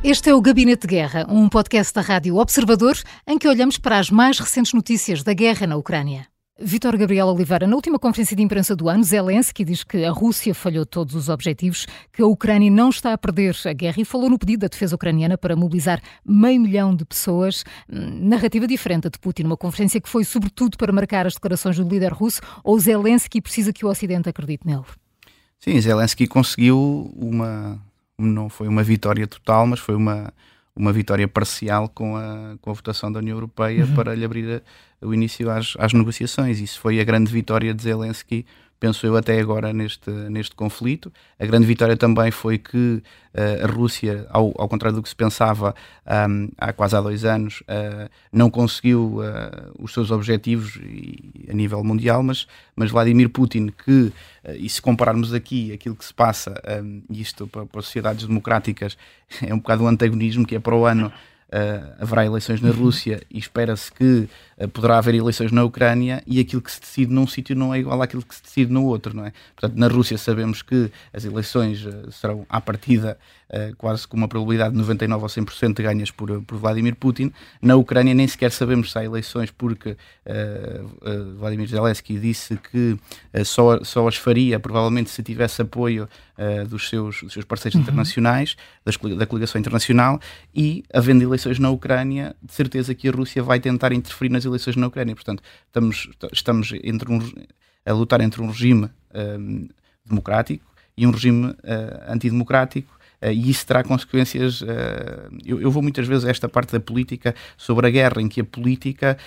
Este é o Gabinete de Guerra, um podcast da Rádio Observador, em que olhamos para as mais recentes notícias da guerra na Ucrânia. Vítor Gabriel Oliveira, na última conferência de imprensa do ano, Zelensky diz que a Rússia falhou todos os objetivos, que a Ucrânia não está a perder a guerra e falou no pedido da defesa ucraniana para mobilizar 500 mil de pessoas. Narrativa diferente de Putin, uma conferência que foi sobretudo para marcar as declarações do líder russo, ou Zelensky precisa que o Ocidente acredite nele? Sim, Zelensky conseguiu não foi uma vitória total, mas foi uma vitória parcial com a votação da União Europeia para lhe abrir o início às negociações. Isso foi a grande vitória de Zelensky, penso eu, até agora neste conflito. A grande vitória também foi que a Rússia, ao contrário do que se pensava há quase 2 anos, não conseguiu os seus objetivos a nível mundial, mas Vladimir Putin, e se compararmos aqui aquilo que se passa, isto para as sociedades democráticas, é um bocado o antagonismo, que é para o ano haverá eleições na Rússia e espera-se que poderá haver eleições na Ucrânia, e aquilo que se decide num sítio não é igual àquilo que se decide no outro, não é? Portanto, na Rússia sabemos que as eleições serão, à partida, quase com uma probabilidade de 99% ou 100% ganhas por Vladimir Putin. Na Ucrânia nem sequer sabemos se há eleições, porque Vladimir Zelensky disse que só as faria, provavelmente, se tivesse apoio dos seus parceiros internacionais, da coligação internacional, e, havendo eleições na Ucrânia, de certeza que a Rússia vai tentar interferir nas eleições na Ucrânia. Portanto, estamos a lutar entre um regime democrático e um regime antidemocrático, e isso terá consequências. Eu vou muitas vezes a esta parte da política, sobre a guerra, em que a política,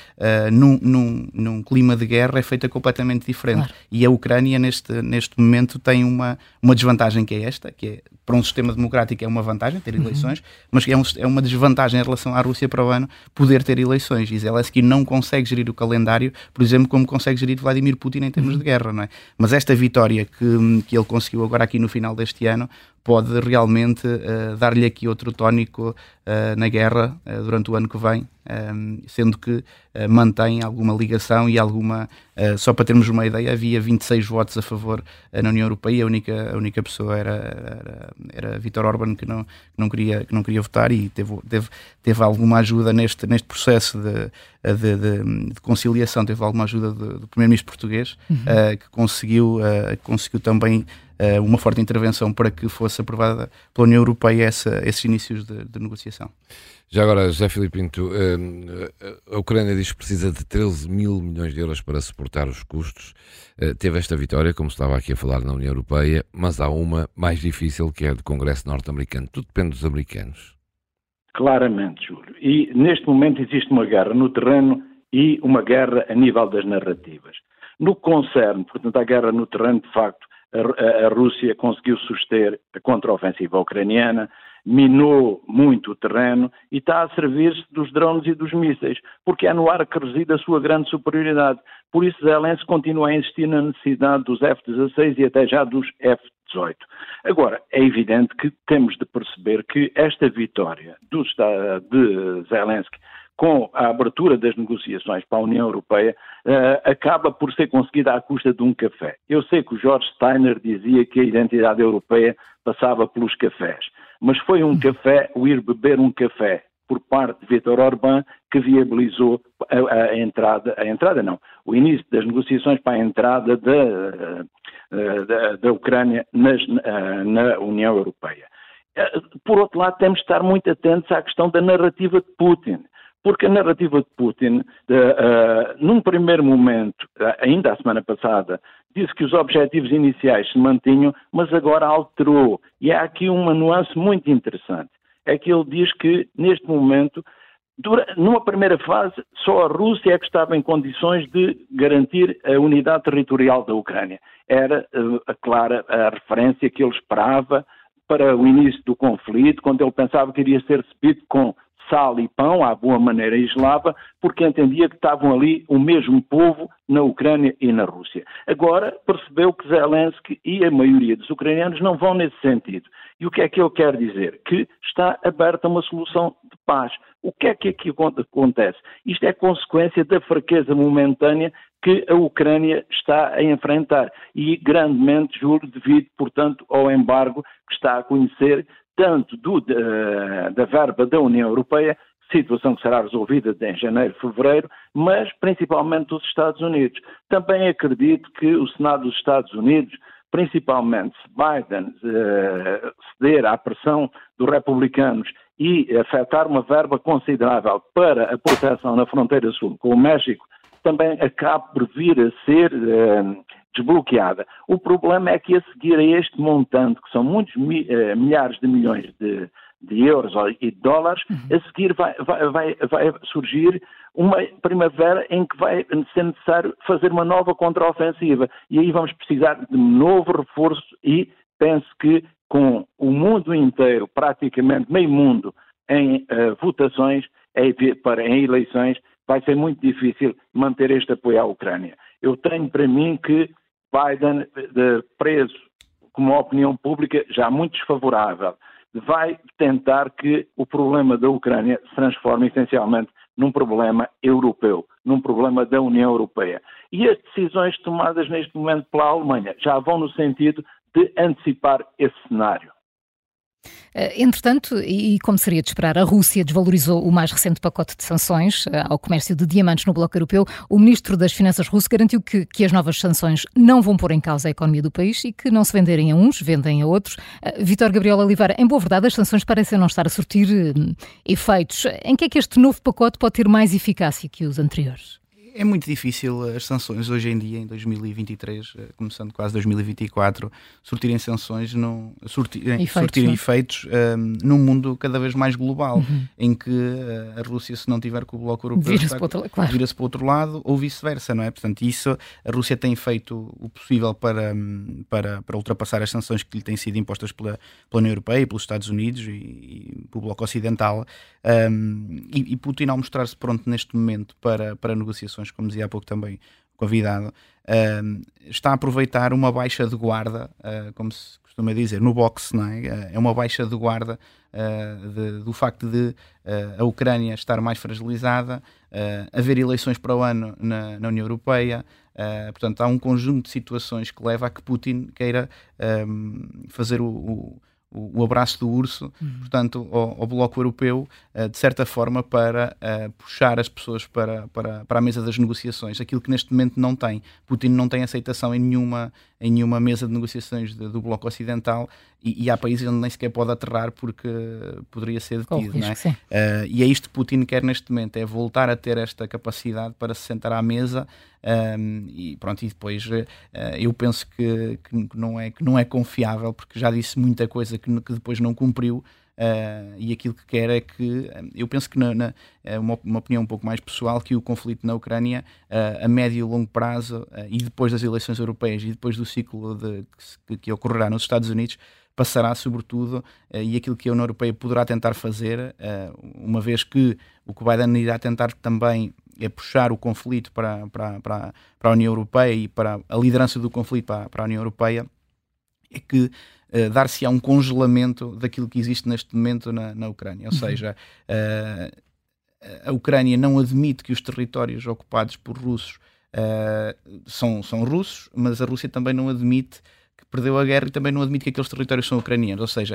num clima de guerra, é feita completamente diferente. Claro. E a Ucrânia, neste momento, tem uma desvantagem, que é esta, que é, para um sistema democrático é uma vantagem ter eleições, mas é uma desvantagem em relação à Rússia para o ano poder ter eleições. E Zelensky não consegue gerir o calendário, por exemplo, como consegue gerir Vladimir Putin em termos de guerra, não é? Mas esta vitória que ele conseguiu agora aqui no final deste ano pode realmente dar-lhe aqui outro tónico na guerra durante o ano que vem, sendo que mantém alguma ligação e alguma... só para termos uma ideia, havia 26 votos a favor na União Europeia, a única pessoa era Viktor Orbán, que não queria votar, e teve alguma ajuda neste processo de conciliação, teve alguma ajuda do primeiro-ministro português, que conseguiu também uma forte intervenção para que fosse aprovada pela União Europeia esses inícios de negociação. Já agora, José Filipe Pinto, a Ucrânia diz que precisa de 13 mil milhões de euros para suportar os custos. Teve esta vitória, como estava aqui a falar, na União Europeia, mas há uma mais difícil, que é a do Congresso norte-americano. Tudo depende dos americanos. Claramente, Júlio. E neste momento existe uma guerra no terreno e uma guerra a nível das narrativas. No que concerne, portanto, a guerra no terreno, de facto, a Rússia conseguiu suster a contra-ofensiva ucraniana, minou muito o terreno e está a servir-se dos drones e dos mísseis, porque é no ar que reside a sua grande superioridade. Por isso, Zelensky continua a insistir na necessidade dos F-16 e até já dos F-18. Agora, é evidente que temos de perceber que esta vitória de Zelensky, com a abertura das negociações para a União Europeia, acaba por ser conseguida à custa de um café. Eu sei que o George Steiner dizia que a identidade europeia passava pelos cafés, mas foi um café, o ir beber um café, por parte de Viktor Orbán, que viabilizou o início das negociações para a entrada da Ucrânia na União Europeia. Por outro lado, temos de estar muito atentos à questão da narrativa de Putin. Porque a narrativa de Putin, num primeiro momento, ainda a semana passada, disse que os objetivos iniciais se mantinham, mas agora alterou. E há aqui uma nuance muito interessante. É que ele diz que, neste momento, numa primeira fase, só a Rússia é que estava em condições de garantir a unidade territorial da Ucrânia. Era clara a referência que ele esperava para o início do conflito, quando ele pensava que iria ser recebido com sal e pão, à boa maneira eslava, porque entendia que estavam ali o mesmo povo na Ucrânia e na Rússia. Agora percebeu que Zelensky e a maioria dos ucranianos não vão nesse sentido. E o que é que ele quer dizer? Que está aberta uma solução de paz. O que é que aqui acontece? Isto é consequência da fraqueza momentânea que a Ucrânia está a enfrentar e grandemente, Júlio, devido, portanto, ao embargo que está a conhecer tanto da verba da União Europeia, situação que será resolvida em janeiro, fevereiro, mas principalmente dos Estados Unidos. Também acredito que o Senado dos Estados Unidos, principalmente se Biden ceder à pressão dos republicanos e afetar uma verba considerável para a proteção na fronteira sul com o México, também acabe por vir a ser desbloqueada. O problema é que a seguir a este montante, que são muitos milhares de milhões de euros e de dólares, a seguir vai surgir uma primavera em que vai ser necessário fazer uma nova contraofensiva e aí vamos precisar de um novo reforço e penso que com o mundo inteiro, praticamente meio mundo, em votações, em eleições, vai ser muito difícil manter este apoio à Ucrânia. Eu tenho para mim que Biden, preso com uma opinião pública já muito desfavorável, vai tentar que o problema da Ucrânia se transforme essencialmente num problema europeu, num problema da União Europeia. E as decisões tomadas neste momento pela Alemanha já vão no sentido de antecipar esse cenário. Entretanto, e como seria de esperar, a Rússia desvalorizou o mais recente pacote de sanções ao comércio de diamantes no bloco europeu. O ministro das Finanças russo garantiu que as novas sanções não vão pôr em causa a economia do país e que não se venderem a uns, vendem a outros. Vítor Gabriel Oliveira, em boa verdade, as sanções parecem não estar a surtir efeitos. Em que é que este novo pacote pode ter mais eficácia que os anteriores? É muito difícil as sanções hoje em dia, em 2023, começando quase 2024, surtirem sanções, surtirem efeitos num mundo cada vez mais global, em que a Rússia, se não tiver com o bloco europeu, vira-se para o outro lado ou vice-versa, não é? Portanto, isso, a Rússia tem feito o possível para ultrapassar as sanções que lhe têm sido impostas pela União Europeia, pelos Estados Unidos e pelo bloco ocidental, e Putin, ao mostrar-se pronto neste momento para negociações, como dizia há pouco também o convidado, está a aproveitar uma baixa de guarda, como se costuma dizer, no boxe, não é? É uma baixa de guarda do facto de a Ucrânia estar mais fragilizada, haver eleições para o ano na União Europeia. Portanto, há um conjunto de situações que leva a que Putin queira fazer o abraço do urso, portanto, ao bloco europeu, de certa forma, para puxar as pessoas para a mesa das negociações, aquilo que neste momento não tem. Putin não tem aceitação em nenhuma mesa de negociações do bloco ocidental e há países onde nem sequer pode aterrar porque poderia ser detido, não é? E é isto que Putin quer neste momento, é voltar a ter esta capacidade para se sentar à mesa. E pronto, e depois eu penso que não é confiável, porque já disse muita coisa que depois não cumpriu, e aquilo que quer é que, eu penso que uma opinião um pouco mais pessoal, que o conflito na Ucrânia a médio e longo prazo, e depois das eleições europeias e depois do ciclo que ocorrerá nos Estados Unidos, passará sobretudo, e aquilo que a União Europeia poderá tentar fazer, uma vez que o que o Biden irá tentar também é puxar o conflito para a União Europeia e para a liderança do conflito para a União Europeia, é que dar-se-á um congelamento daquilo que existe neste momento na Ucrânia. Ou seja, a Ucrânia não admite que os territórios ocupados por russos são russos, mas a Rússia também não admite que perdeu a guerra e também não admite que aqueles territórios são ucranianos. Ou seja,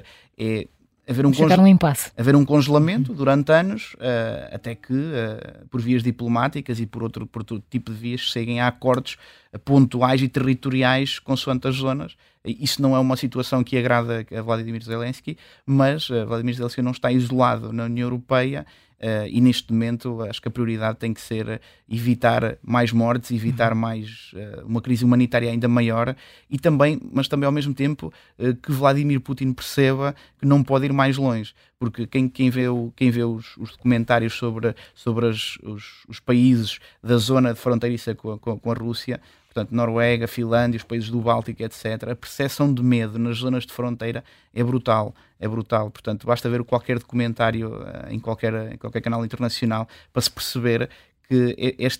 haver um congelamento durante anos, até que, por vias diplomáticas e por outro tipo de vias, cheguem a acordos pontuais e territoriais consoante as zonas. Isso não é uma situação que agrada a Vladimir Zelensky, mas Vladimir Zelensky não está isolado na União Europeia. E neste momento acho que a prioridade tem que ser evitar mais mortes, evitar mais uma crise humanitária ainda maior, mas também ao mesmo tempo que Vladimir Putin perceba que não pode ir mais longe, porque quem vê os documentários sobre os países da zona fronteiriça com a Rússia, portanto, Noruega, Finlândia, os países do Báltico, etc., a percepção de medo nas zonas de fronteira é brutal. Portanto, basta ver qualquer documentário em qualquer canal internacional para se perceber que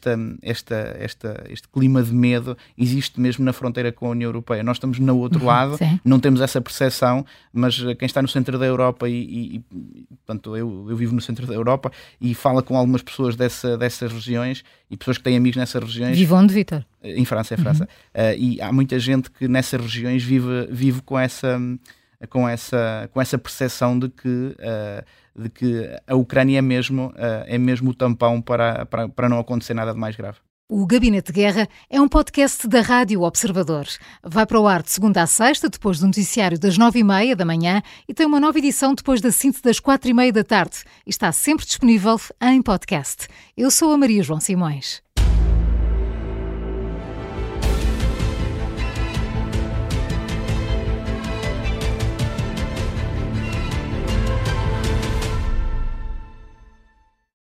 este clima de medo existe mesmo na fronteira com a União Europeia. Nós estamos no outro lado, não temos essa percepção, mas quem está no centro da Europa portanto, eu vivo no centro da Europa e falo com algumas pessoas dessas regiões e pessoas que têm amigos nessas regiões. Vive onde, Vítor? Em França, e há muita gente que nessas regiões vive com com essa percepção de que a Ucrânia é mesmo o tampão para não acontecer nada de mais grave. O Gabinete de Guerra é um podcast da Rádio Observador. Vai para o ar de segunda a sexta, depois do noticiário das 9h30 da manhã, e tem uma nova edição depois da síntese das 4h30 da tarde. E está sempre disponível em podcast. Eu sou a Maria João Simões.